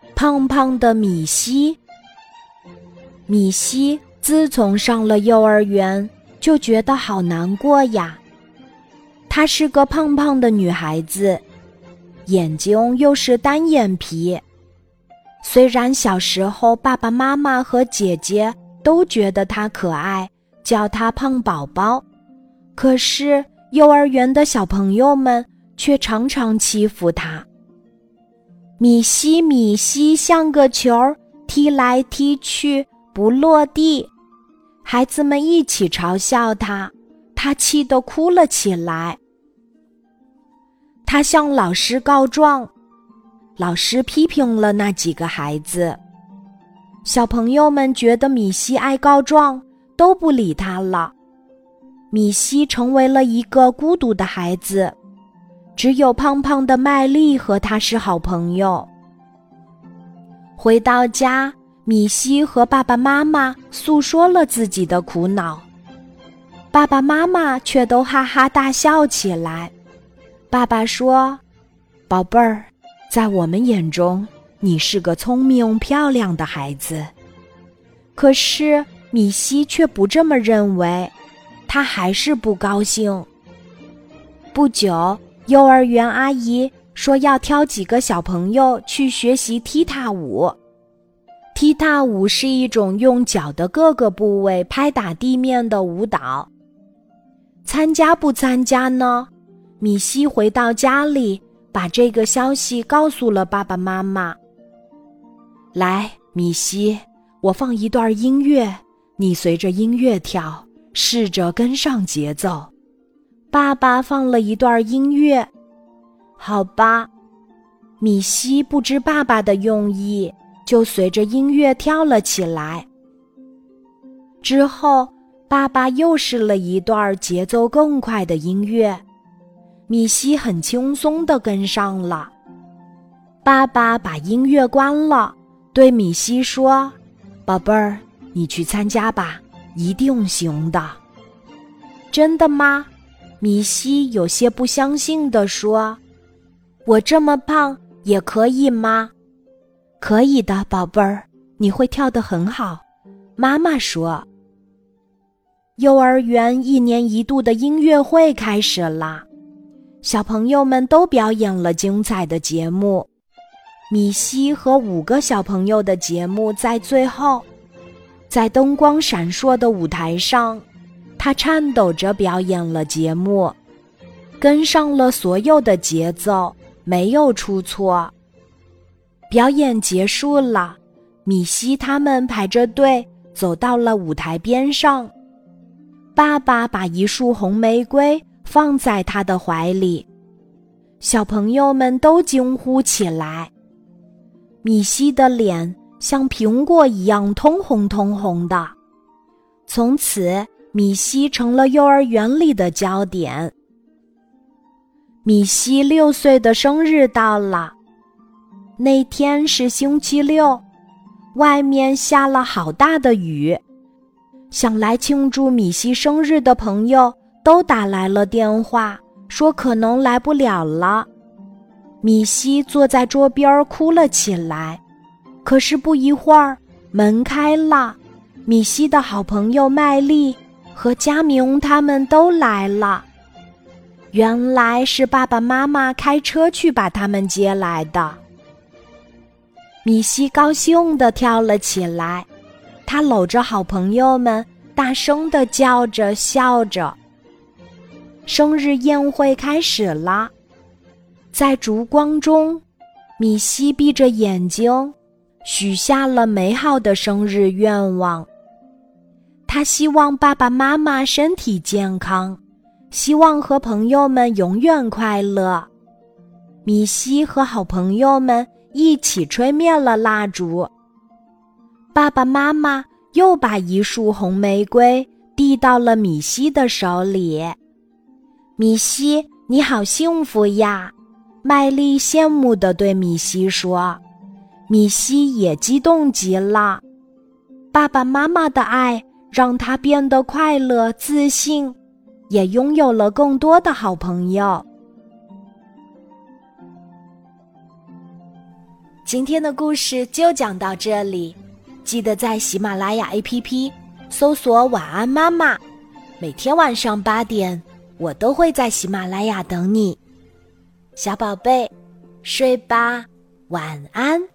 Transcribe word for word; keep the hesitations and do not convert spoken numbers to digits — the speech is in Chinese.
胖胖的米西。米西自从上了幼儿园，就觉得好难过呀。她是个胖胖的女孩子，眼睛又是单眼皮。虽然小时候爸爸妈妈和姐姐都觉得她可爱，叫她胖宝宝，可是幼儿园的小朋友们却常常欺负她。米西米西像个球，踢来踢去不落地，孩子们一起嘲笑她，她气得哭了起来。她向老师告状，老师批评了那几个孩子。小朋友们觉得米西爱告状，都不理她了。米西成为了一个孤独的孩子，只有胖胖的麦莉和她是好朋友。回到家，米西和爸爸妈妈诉说了自己的苦恼，爸爸妈妈却都哈哈大笑起来。爸爸说：“宝贝儿，在我们眼中，你是个聪明漂亮的孩子。”可是米西却不这么认为，她还是不高兴。不久，幼儿园阿姨说要挑几个小朋友去学习踢踏舞。踢踏舞是一种用脚的各个部位拍打地面的舞蹈。参加不参加呢？米西回到家里，把这个消息告诉了爸爸妈妈。来，米西，我放一段音乐，你随着音乐跳，试着跟上节奏。爸爸放了一段音乐。好吧，米西不知爸爸的用意，就随着音乐跳了起来。之后，爸爸又试了一段节奏更快的音乐，米西很轻松地跟上了。爸爸把音乐关了，对米西说：“宝贝儿，你去参加吧，一定行的。”真的吗？米西有些不相信地说：“我这么胖也可以吗？”可以的，宝贝儿，你会跳得很好。妈妈说。幼儿园一年一度的音乐会开始了，小朋友们都表演了精彩的节目。米西和五个小朋友的节目在最后，在灯光闪烁的舞台上，他颤抖着表演了节目，跟上了所有的节奏，没有出错。表演结束了，米西他们排着队走到了舞台边上。爸爸把一束红玫瑰放在他的怀里，小朋友们都惊呼起来。米西的脸像苹果一样通红通红的。从此，米西成了幼儿园里的焦点。米西六岁的生日到了，那天是星期六，外面下了好大的雨。想来庆祝米西生日的朋友都打来了电话，说可能来不了了。米西坐在桌边哭了起来。可是不一会儿，门开了，米西的好朋友麦莉和佳明他们都来了。原来是爸爸妈妈开车去把他们接来的。米西高兴地跳了起来，他搂着好朋友们，大声地叫着笑着。生日宴会开始了，在烛光中，米西闭着眼睛，许下了美好的生日愿望。他希望爸爸妈妈身体健康，希望和朋友们永远快乐。米西和好朋友们一起吹灭了蜡烛。爸爸妈妈又把一束红玫瑰递到了米西的手里。米西，你好幸福呀！麦莉羡慕地对米西说。米西也激动极了。爸爸妈妈的爱让他变得快乐自信，也拥有了更多的好朋友。 今天的故事就讲到这里，记得在喜马拉雅 A P P 搜索晚安妈妈，每天晚上八点，我都会在喜马拉雅等你。小宝贝，睡吧，晚安。